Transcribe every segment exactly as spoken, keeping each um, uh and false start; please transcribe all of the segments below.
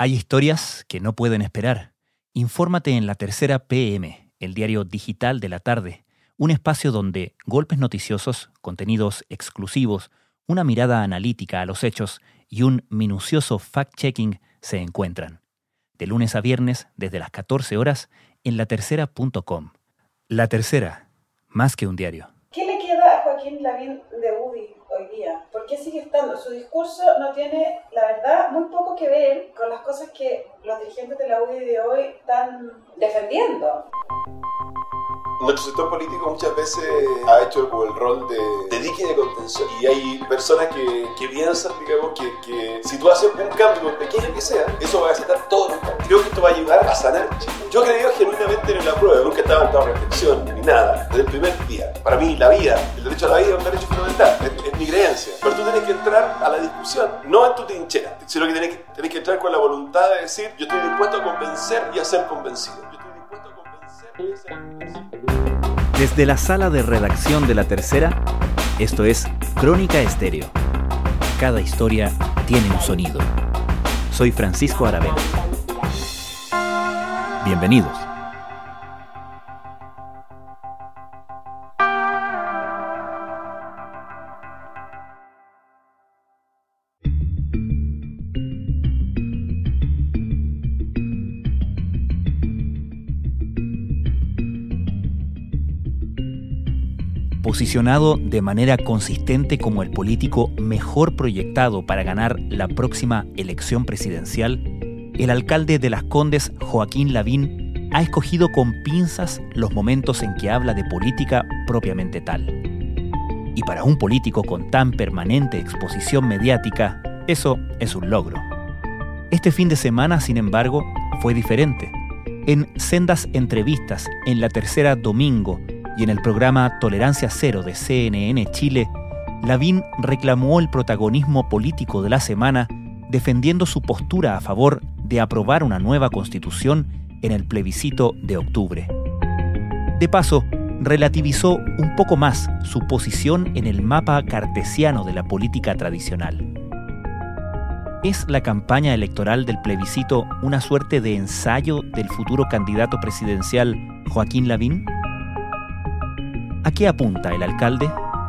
Hay historias que no pueden esperar. Infórmate en La Tercera P M, el diario digital de la tarde, un espacio donde golpes noticiosos, contenidos exclusivos, una mirada analítica a los hechos y un minucioso fact-checking se encuentran. De lunes a viernes, desde las catorce horas, en la tercera punto com. La Tercera, más que un diario. ¿Qué le queda a Joaquín Lavín de U D I hoy día? ¿Por qué sigue estando? Su discurso no tiene, la verdad, muy poco que ver con las cosas que los dirigentes de la U D I de hoy están defendiendo. Nuestro sector político muchas veces ha hecho como el rol de, de dique de contención, y hay personas que, que piensan, digamos, que, que si tú haces un cambio, pequeño que sea, eso va a aceptar todos los cambios. Creo que esto va a ayudar a sanar Chile. Yo he creído genuinamente en la prueba, nunca estaba en toda reflexión ni nada, desde el primer día. Para mí la vida, el derecho a la vida es un derecho fundamental, es, es mi creencia. Pero tú tienes que entrar a la discusión, no en tu trinchera, sino que tienes que, tienes que entrar con la voluntad de decir, yo estoy dispuesto a convencer y a ser convencido. Yo estoy dispuesto a convencer y a ser convencido. Desde la sala de redacción de La Tercera, esto es Crónica Estéreo. Cada historia tiene un sonido. Soy Francisco Aravena. Bienvenidos. Posicionado de manera consistente como el político mejor proyectado para ganar la próxima elección presidencial, el alcalde de Las Condes, Joaquín Lavín, ha escogido con pinzas los momentos en que habla de política propiamente tal. Y para un político con tan permanente exposición mediática, eso es un logro. Este fin de semana, sin embargo, fue diferente. En sendas entrevistas en La Tercera Domingo y en el programa Tolerancia Cero de C N N Chile, Lavín reclamó el protagonismo político de la semana, defendiendo su postura a favor de aprobar una nueva constitución en el plebiscito de octubre. De paso, relativizó un poco más su posición en el mapa cartesiano de la política tradicional. ¿Es la campaña electoral del plebiscito una suerte de ensayo del futuro candidato presidencial Joaquín Lavín? ¿A qué apunta el alcalde?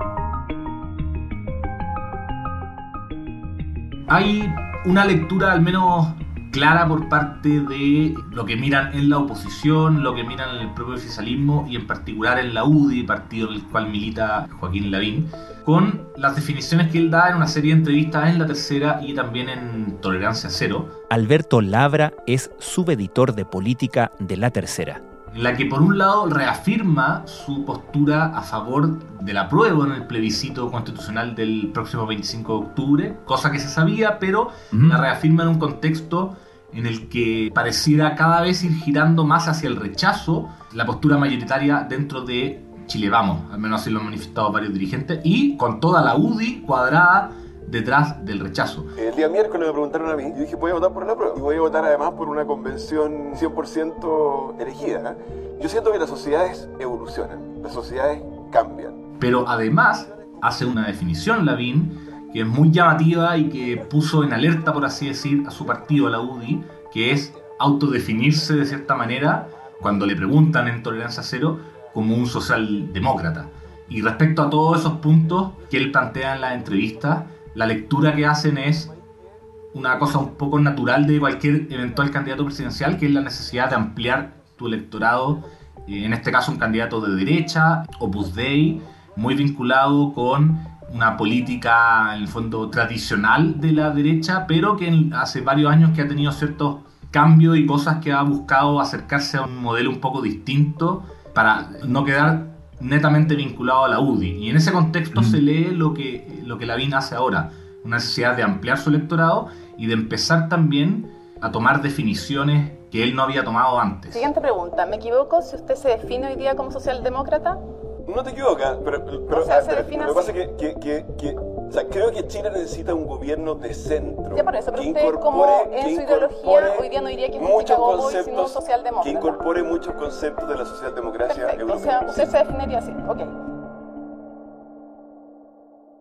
Hay una lectura al menos clara por parte de lo que miran en la oposición, lo que miran en el propio oficialismo y en particular en la U D I, partido en el cual milita Joaquín Lavín, con las definiciones que él da en una serie de entrevistas en La Tercera y también en Tolerancia Cero. Alberto Labra es subeditor de política de La Tercera, en la que por un lado reafirma su postura a favor del apruebo en el plebiscito constitucional del próximo veinticinco de octubre, cosa que se sabía, pero uh-huh. la reafirma en un contexto en el que pareciera cada vez ir girando más hacia el rechazo, la postura mayoritaria dentro de Chile Vamos, al menos así lo han manifestado varios dirigentes, y con toda la U D I cuadrada detrás del rechazo. El día miércoles me preguntaron a mí, y dije voy a votar por la prueba, y voy a votar además por una convención cien por ciento elegida. ¿eh? Yo siento que las sociedades evolucionan, las sociedades cambian. Pero además hace una definición Lavín que es muy llamativa y que puso en alerta, por así decir, a su partido, a la U D I, que es autodefinirse de cierta manera, cuando le preguntan en Tolerancia Cero, como un socialdemócrata. Y respecto a todos esos puntos que él plantea en la entrevista, la lectura que hacen es una cosa un poco natural de cualquier eventual candidato presidencial, que es la necesidad de ampliar tu electorado, en este caso un candidato de derecha, Opus Dei, muy vinculado con una política en el fondo tradicional de la derecha, pero que hace varios años que ha tenido ciertos cambios y cosas que ha buscado acercarse a un modelo un poco distinto para no quedar netamente vinculado a la U D I. Y en ese contexto mm. se lee lo que, lo que Lavín hace ahora, una necesidad de ampliar su electorado y de empezar también a tomar definiciones que él no había tomado antes. Siguiente pregunta, ¿me equivoco si usted se define hoy día como socialdemócrata? No te equivocas, pero, pero o sea, a, pero lo que pasa es que, que, que, que o sea, creo que Chile necesita un gobierno de centro. Ya por eso, pero usted como en su ideología hoy día no diría que es un Chicago Boy, sino un socialdemócrata. Que incorpore muchos conceptos de la socialdemocracia Perfecto, europea. O sea, usted se definiría así, ok.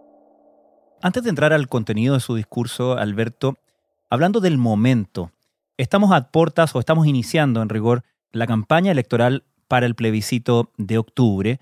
Antes de entrar al contenido de su discurso, Alberto, hablando del momento estamos a puertas o estamos iniciando en rigor la campaña electoral para el plebiscito de octubre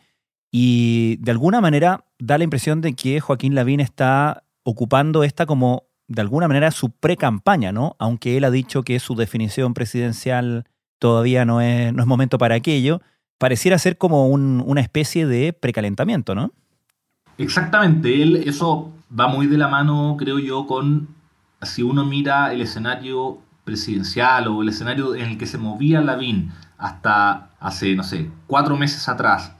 y de alguna manera da la impresión de que Joaquín Lavín está ocupando esta como de alguna manera su pre-campaña, ¿no? Aunque él ha dicho que su definición presidencial todavía no es, no es momento para aquello, pareciera ser como un, una especie de precalentamiento, ¿no? Exactamente, él, eso va muy de la mano, creo yo, con si uno mira el escenario presidencial o el escenario en el que se movía Lavín hasta hace, no sé, cuatro meses atrás,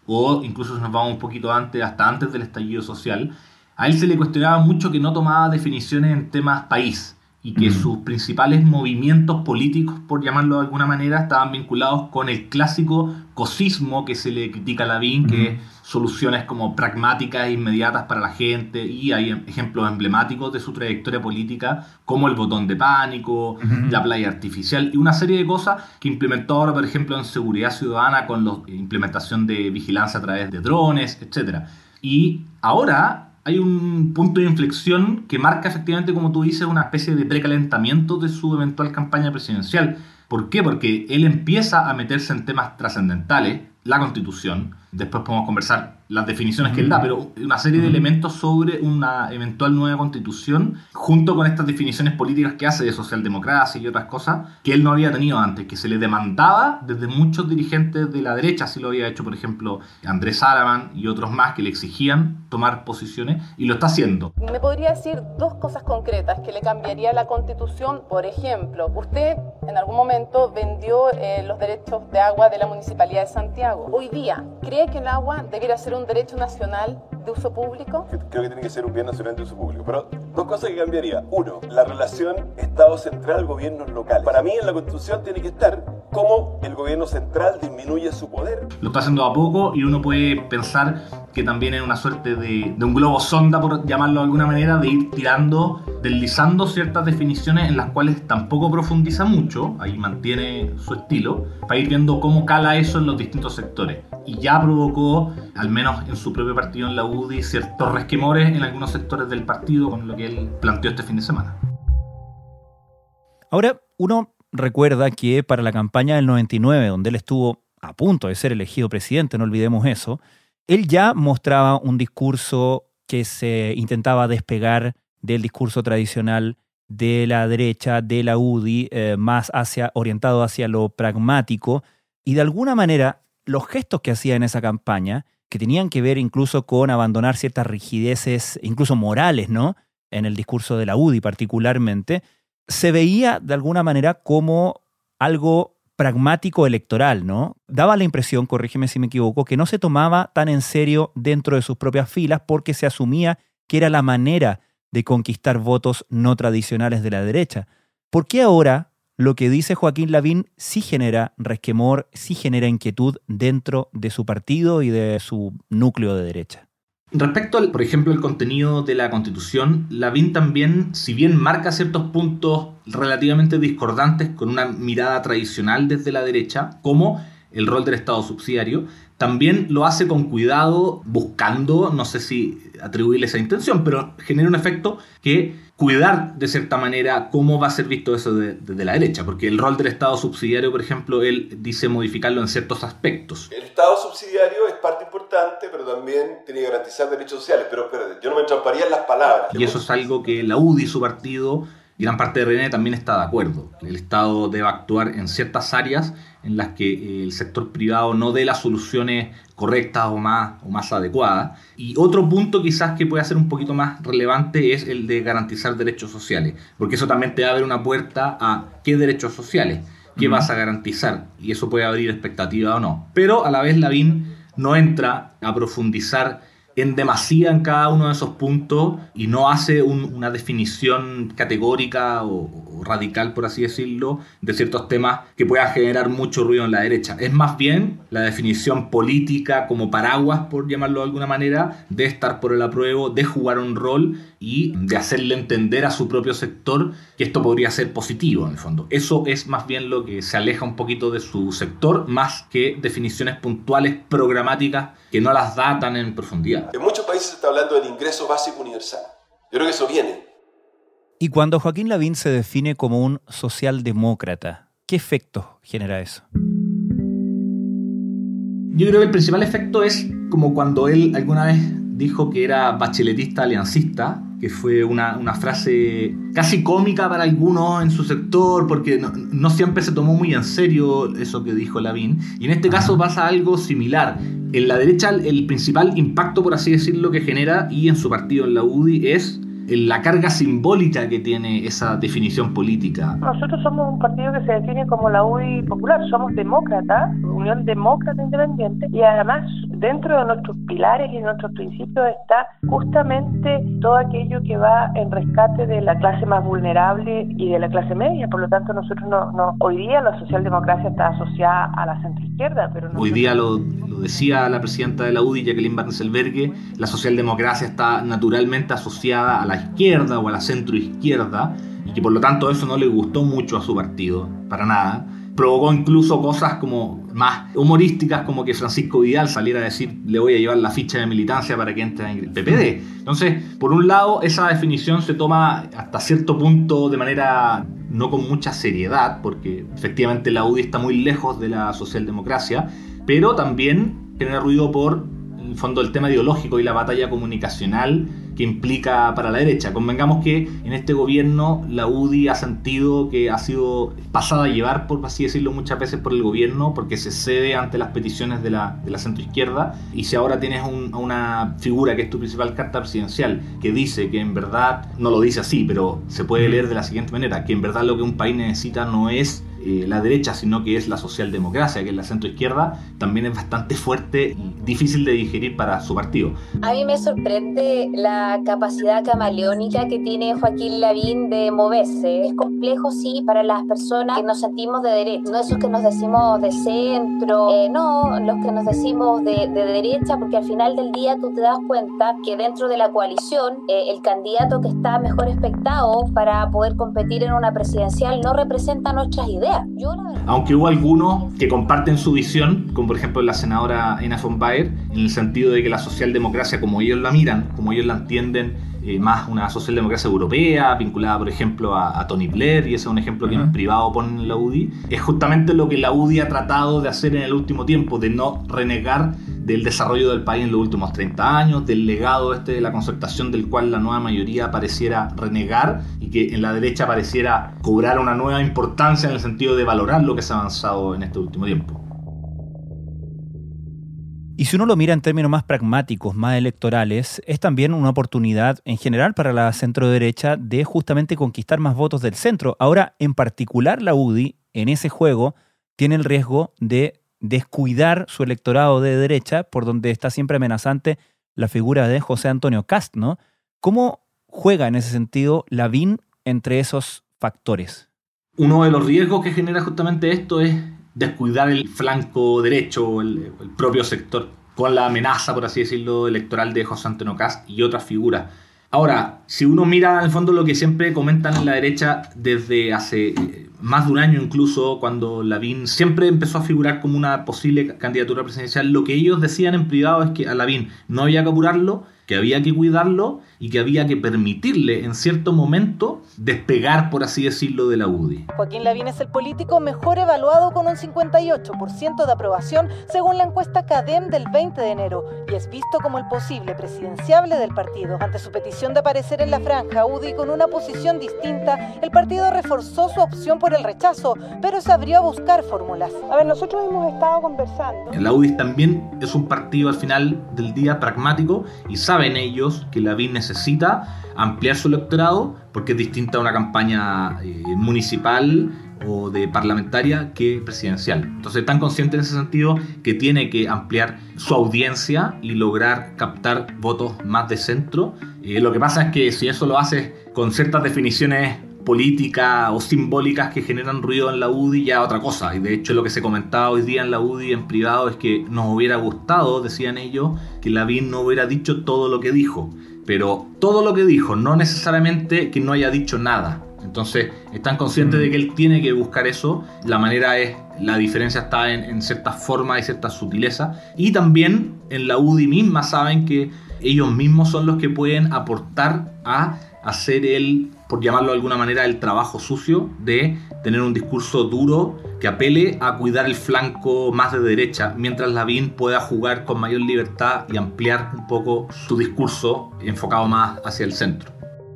o incluso si nos vamos un poquito antes, hasta antes del estallido social, a él se le cuestionaba mucho que no tomaba definiciones en temas país y que mm. sus principales movimientos políticos, por llamarlo de alguna manera, estaban vinculados con el clásico cosismo que se le critica a Lavín, mm. que es soluciones como pragmáticas e inmediatas para la gente, y hay ejemplos emblemáticos de su trayectoria política como el botón de pánico, mm. la playa artificial y una serie de cosas que implementó ahora, por ejemplo, en seguridad ciudadana con la implementación de vigilancia a través de drones, etcétera. Y ahora hay un punto de inflexión que marca efectivamente, como tú dices, una especie de precalentamiento de su eventual campaña presidencial. ¿Por qué? Porque él empieza a meterse en temas trascendentales, la Constitución, después podemos conversar las definiciones que él da, pero una serie de elementos sobre una eventual nueva Constitución, junto con estas definiciones políticas que hace de socialdemocracia y otras cosas que él no había tenido antes, que se le demandaba desde muchos dirigentes de la derecha. Así lo había hecho, por ejemplo, Andrés Araman y otros más que le exigían tomar posiciones, y lo está haciendo. ¿Me podría decir dos cosas concretas que le cambiaría la Constitución? Por ejemplo, usted en algún momento vendió eh, los derechos de agua de la Municipalidad de Santiago. Hoy día, ¿cree que el agua debiera ser un derecho nacional de uso público? Creo que tiene que ser un bien nacional de uso público. Pero dos cosas que cambiaría. Uno, la relación Estado central-gobiernos locales. Para mí en la Constitución tiene que estar cómo el gobierno central disminuye su poder. Lo está haciendo a poco y uno puede pensar que también es una suerte de, de un globo sonda, por llamarlo de alguna manera, de ir tirando, deslizando ciertas definiciones en las cuales tampoco profundiza mucho, ahí mantiene su estilo, para ir viendo cómo cala eso en los distintos sectores. Y ya provocó, al menos en su propio partido, en la U D I, ciertos resquemores en algunos sectores del partido con lo que él planteó este fin de semana. Ahora, uno recuerda que para la campaña del noventa y nueve, donde él estuvo a punto de ser elegido presidente, no olvidemos eso, él ya mostraba un discurso que se intentaba despegar del discurso tradicional de la derecha, de la U D I, eh, más hacia, orientado hacia lo pragmático, y de alguna manera los gestos que hacía en esa campaña, que tenían que ver incluso con abandonar ciertas rigideces, incluso morales, ¿no?, en el discurso de la U D I particularmente, se veía de alguna manera como algo pragmático electoral, ¿no? Daba la impresión, corrígeme si me equivoco, que no se tomaba tan en serio dentro de sus propias filas porque se asumía que era la manera de conquistar votos no tradicionales de la derecha. ¿Por qué ahora lo que dice Joaquín Lavín sí genera resquemor, sí genera inquietud dentro de su partido y de su núcleo de derecha? Respecto al, por ejemplo, el contenido de la Constitución, Lavín también, si bien marca ciertos puntos relativamente discordantes con una mirada tradicional desde la derecha, como el rol del Estado subsidiario, también lo hace con cuidado, buscando, no sé si atribuirle esa intención, pero genera un efecto que cuidar de cierta manera cómo va a ser visto eso desde de la derecha, porque el rol del Estado subsidiario, por ejemplo, él dice modificarlo en ciertos aspectos. El Estado subsidiario es parte importante, pero también tiene que garantizar derechos sociales, pero espérate, yo no me entramparía en las palabras. Y eso es algo que la U D I, su partido, y gran parte de R N E también está de acuerdo. El Estado debe actuar en ciertas áreas en las que el sector privado no dé las soluciones correctas o más, o más adecuadas. Y otro punto quizás que puede ser un poquito más relevante es el de garantizar derechos sociales, porque eso también te abre una puerta a qué derechos sociales, qué uh-huh. vas a garantizar, y eso puede abrir expectativa o no. Pero a la vez Lavín no entra a profundizar en demasía en cada uno de esos puntos y no hace un, una definición categórica o, o radical, por así decirlo, de ciertos temas que puedan generar mucho ruido en la derecha. Es más bien la definición política como paraguas, por llamarlo de alguna manera, de estar por el apruebo, de jugar un rol y de hacerle entender a su propio sector que esto podría ser positivo en el fondo. Eso es más bien lo que se aleja un poquito de su sector, más que definiciones puntuales programáticas que no las da tan en profundidad. En muchos países se está hablando del ingreso básico universal. Yo creo que eso viene. Y cuando Joaquín Lavín se define como un socialdemócrata, ¿qué efectos genera eso? Yo creo que el principal efecto es como cuando él alguna vez dijo que era bacheletista aliancista, que fue una, una frase casi cómica para algunos en su sector, porque no, no siempre se tomó muy en serio eso que dijo Lavín. Y en este caso pasa algo similar. En la derecha el principal impacto, por así decirlo, que genera, y en su partido, en la U D I, es la carga simbólica que tiene esa definición política. Nosotros somos un partido que se define como la U D I popular, somos demócratas, Unión Demócrata Independiente, y además dentro de nuestros pilares y de nuestros principios está justamente todo aquello que va en rescate de la clase más vulnerable y de la clase media. Por lo tanto, nosotros no, no hoy día la socialdemocracia está asociada a la centroizquierda, pero nosotros... Hoy día lo, lo decía la presidenta de la U D I, Jacqueline Barnes-Elbergue, la socialdemocracia está naturalmente asociada a la izquierda o a la centroizquierda, y que por lo tanto eso no le gustó mucho a su partido, para nada. Provocó incluso cosas como más humorísticas, como que Francisco Vidal saliera a decir: le voy a llevar la ficha de militancia para que entre en el P P D. Entonces, por un lado, esa definición se toma hasta cierto punto de manera no con mucha seriedad, porque efectivamente la U D I está muy lejos de la socialdemocracia, pero también genera ruido por, en el fondo, el tema ideológico y la batalla comunicacional que implica para la derecha. Convengamos que en este gobierno la U D I ha sentido que ha sido pasada a llevar, por así decirlo, muchas veces por el gobierno, porque se cede ante las peticiones de la, de la centroizquierda. Y si ahora tienes un, una figura que es tu principal carta presidencial, que dice que en verdad, no lo dice así, pero se puede leer de la siguiente manera, que en verdad lo que un país necesita no es eh, la derecha, sino que es la socialdemocracia, que es la centroizquierda, también es bastante fuerte y difícil de digerir para su partido. A mí me sorprende la capacidad camaleónica que tiene Joaquín Lavín de moverse. Es complejo, sí, para las personas que nos sentimos de derecha, no esos que nos decimos de centro, eh, no, los que nos decimos de, de derecha, porque al final del día tú te das cuenta que dentro de la coalición eh, el candidato que está mejor expectado para poder competir en una presidencial no representa nuestras ideas. Yo, la verdad... Aunque hubo algunos que comparten su visión, como por ejemplo la senadora Ena von Baer, en el sentido de que la socialdemocracia, como ellos la miran, como ellos la entienden, eh, más una socialdemocracia europea, vinculada por ejemplo a, a Tony Blair, y ese es un ejemplo que uh-huh. en privado ponen en la U D I, es justamente lo que la U D I ha tratado de hacer en el último tiempo, de no renegar del desarrollo del país en los últimos treinta años, del legado este de la concertación del cual la nueva mayoría pareciera renegar y que en la derecha pareciera cobrar una nueva importancia en el sentido de valorar lo que se ha avanzado en este último tiempo. Y si uno lo mira en términos más pragmáticos, más electorales, es también una oportunidad en general para la centro-derecha de justamente conquistar más votos del centro. Ahora, en particular la U D I, en ese juego, tiene el riesgo de descuidar su electorado de derecha, por donde está siempre amenazante la figura de José Antonio Kast, ¿no? ¿Cómo juega en ese sentido Lavín entre esos factores? Uno de los riesgos que genera justamente esto es descuidar el flanco derecho, el, el propio sector, con la amenaza, por así decirlo, electoral de José Antonio Kast y otras figuras. Ahora, si uno mira en el fondo lo que siempre comentan en la derecha desde hace más de un año incluso, cuando Lavín siempre empezó a figurar como una posible candidatura presidencial, lo que ellos decían en privado es que a Lavín no había que apurarlo, que había que cuidarlo y que había que permitirle en cierto momento despegar, por así decirlo, de la U D I. Joaquín Lavín es el político mejor evaluado con un cincuenta y ocho por ciento de aprobación según la encuesta CADEM del veinte de enero y es visto como el posible presidenciable del partido. Ante su petición de aparecer en la franja U D I con una posición distinta, el partido reforzó su opción por el rechazo, pero se abrió a buscar fórmulas. A ver, nosotros hemos estado conversando. La U D I también es un partido al final del día pragmático y saben ellos que Lavín necesita ampliar su electorado porque es distinta a una campaña eh, municipal o de parlamentaria que presidencial. Entonces están conscientes en ese sentido que tiene que ampliar su audiencia y lograr captar votos más de centro. Eh, lo que pasa es que si eso lo hace con ciertas definiciones políticas o simbólicas que generan ruido en la U D I, ya otra cosa. Y de hecho lo que se comentaba hoy día en la U D I en privado es que nos hubiera gustado, decían ellos, que Lavín no hubiera dicho todo lo que dijo. Pero todo lo que dijo, no necesariamente que no haya dicho nada. Entonces están conscientes de que él tiene que buscar eso. La manera es, la diferencia está en, en ciertas formas y ciertas sutilezas. Y también en la U D I misma saben que ellos mismos son los que pueden aportar a hacer el por llamarlo de alguna manera, el trabajo sucio de tener un discurso duro que apele a cuidar el flanco más de derecha, mientras Lavín pueda jugar con mayor libertad y ampliar un poco su discurso enfocado más hacia el centro.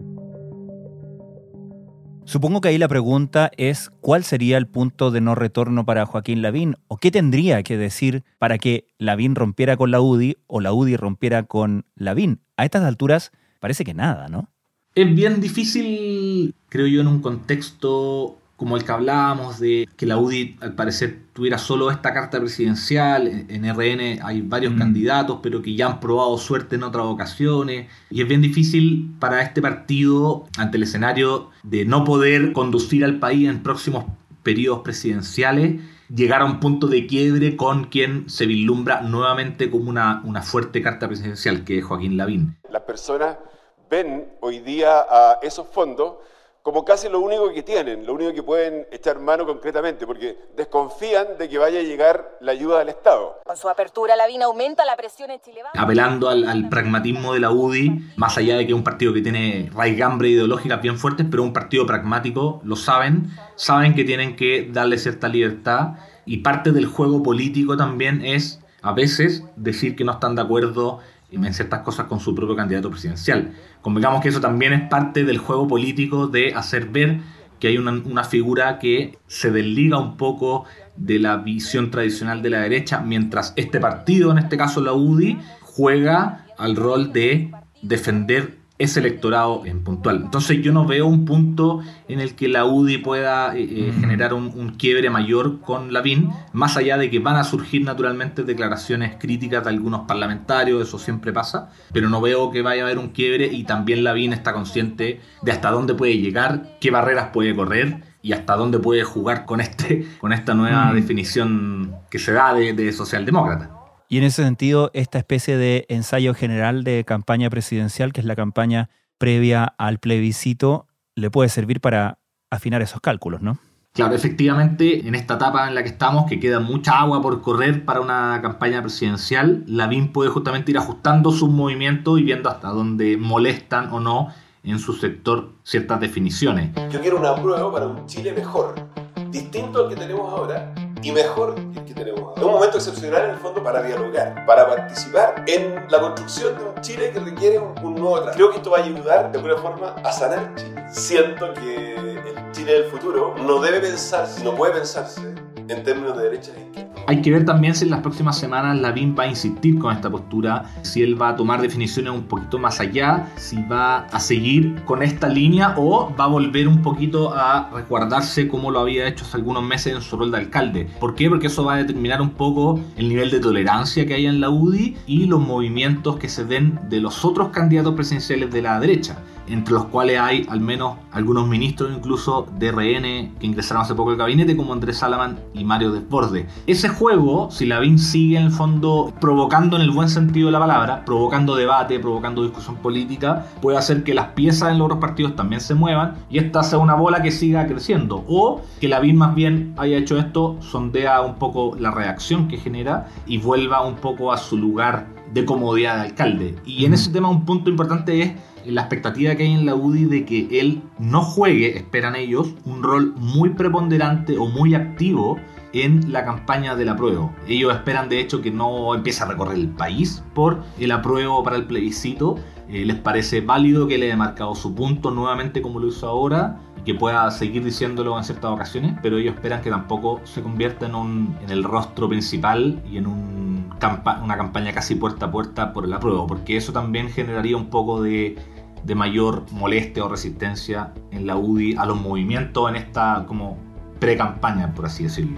Supongo que ahí la pregunta es ¿cuál sería el punto de no retorno para Joaquín Lavín? ¿O qué tendría que decir para que Lavín rompiera con la U D I o la U D I rompiera con Lavín? A estas alturas parece que nada, ¿no? Es bien difícil, creo yo, en un contexto como el que hablábamos de que la U D I al parecer tuviera solo esta carta presidencial. En R N hay varios mm. candidatos, pero que ya han probado suerte en otras ocasiones. Y es bien difícil para este partido, ante el escenario de no poder conducir al país en próximos periodos presidenciales, llegar a un punto de quiebre con quien se vislumbra nuevamente como una, una fuerte carta presidencial, que es Joaquín Lavín. Las personas ven hoy día a esos fondos como casi lo único que tienen, lo único que pueden echar mano concretamente, porque desconfían de que vaya a llegar la ayuda del Estado. Con su apertura, Lavín aumenta la presión en Chile. Apelando al, al pragmatismo de la U D I, más allá de que es un partido que tiene raigambre ideológicas bien fuertes, pero un partido pragmático, lo saben, saben que tienen que darle cierta libertad, y parte del juego político también es, a veces, decir que no están de acuerdo en ciertas cosas con su propio candidato presidencial. Convengamos que eso también es parte del juego político, de hacer ver que hay una, una figura que se desliga un poco de la visión tradicional de la derecha, mientras este partido, en este caso la U D I, juega al rol de defender ese electorado en puntual. Entonces yo no veo un punto en el que la U D I pueda eh, generar un, un quiebre mayor con Lavín, más allá de que van a surgir naturalmente declaraciones críticas de algunos parlamentarios, eso siempre pasa, pero no veo que vaya a haber un quiebre, y también Lavín está consciente de hasta dónde puede llegar, qué barreras puede correr y hasta dónde puede jugar con, este, con esta nueva mm. definición que se da de, de socialdemócrata. Y en ese sentido, esta especie de ensayo general de campaña presidencial, que es la campaña previa al plebiscito, le puede servir para afinar esos cálculos, ¿no? Claro, efectivamente, en esta etapa en la que estamos, que queda mucha agua por correr para una campaña presidencial, Lavín puede justamente ir ajustando sus movimientos y viendo hasta dónde molestan o no en su sector ciertas definiciones. Yo quiero una prueba para un Chile mejor, distinto al que tenemos ahora, y mejor que el que tenemos ahora. Es un momento excepcional en el fondo para dialogar, para participar en la construcción de un Chile que requiere un, un nuevo trato. Creo que esto va a ayudar de alguna forma a sanar Chile. Siento que el Chile del futuro no debe pensarse, no puede pensarse en términos de derecha e izquierda. Hay que ver también si en las próximas semanas Lavín va a insistir con esta postura, si él va a tomar definiciones un poquito más allá, si va a seguir con esta línea o va a volver un poquito a resguardarse como lo había hecho hace algunos meses en su rol de alcalde. ¿Por qué? Porque eso va a determinar un poco el nivel de tolerancia que hay en la U D I y los movimientos que se den de los otros candidatos presidenciales de la derecha, entre los cuales hay al menos algunos ministros incluso de R N que ingresaron hace poco al gabinete, como Andrés Salaman y Mario Desbordes. Ese juego, si Lavín sigue en el fondo provocando, en el buen sentido de la palabra, provocando debate, provocando discusión política, puede hacer que las piezas en los otros partidos también se muevan y esta sea una bola que siga creciendo, o que Lavín más bien haya hecho esto, sondea un poco la reacción que genera y vuelva un poco a su lugar de comodidad de alcalde. Y en ese tema un punto importante es la expectativa que hay en la U D I de que él no juegue, esperan ellos, un rol muy preponderante o muy activo en la campaña del apruebo. Ellos esperan de hecho que no empiece a recorrer el país por el apruebo para el plebiscito. Eh, les parece válido que le haya marcado su punto nuevamente como lo hizo ahora, y que pueda seguir diciéndolo en ciertas ocasiones, pero ellos esperan que tampoco se convierta en, un, en el rostro principal y en un campa- una campaña casi puerta a puerta por el apruebo, porque eso también generaría un poco de, de mayor molestia o resistencia en la U D I a los movimientos en esta como pre-campaña, por así decirlo.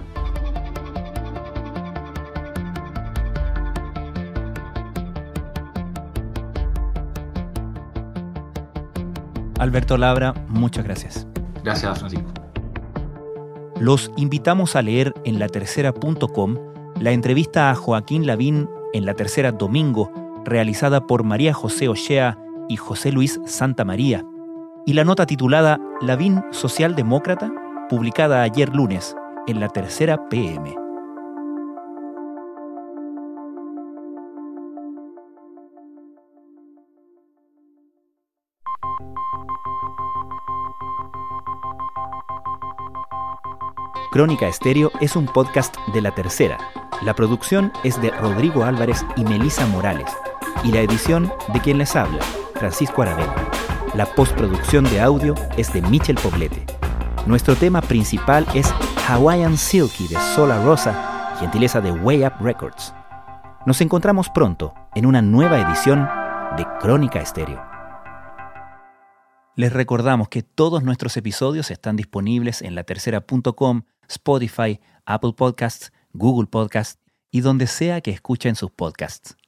Alberto Labra, muchas gracias. Gracias, Francisco. Los invitamos a leer en la tercera punto com la entrevista a Joaquín Lavín en La Tercera Domingo, realizada por María José Ochea y José Luis Santamaría, y la nota titulada Lavín Socialdemócrata, publicada ayer lunes en La Tercera P M. Crónica Estéreo es un podcast de La Tercera. La producción es de Rodrigo Álvarez y Melissa Morales, y la edición de quien les habla, Francisco Aravena. La postproducción de audio es de Michel Poblete. Nuestro tema principal es Hawaiian Silky de Sola Rosa, gentileza de Way Up Records. Nos encontramos pronto en una nueva edición de Crónica Estéreo. Les recordamos que todos nuestros episodios están disponibles en latercera punto com, Spotify, Apple Podcasts, Google Podcasts y donde sea que escuchen sus podcasts.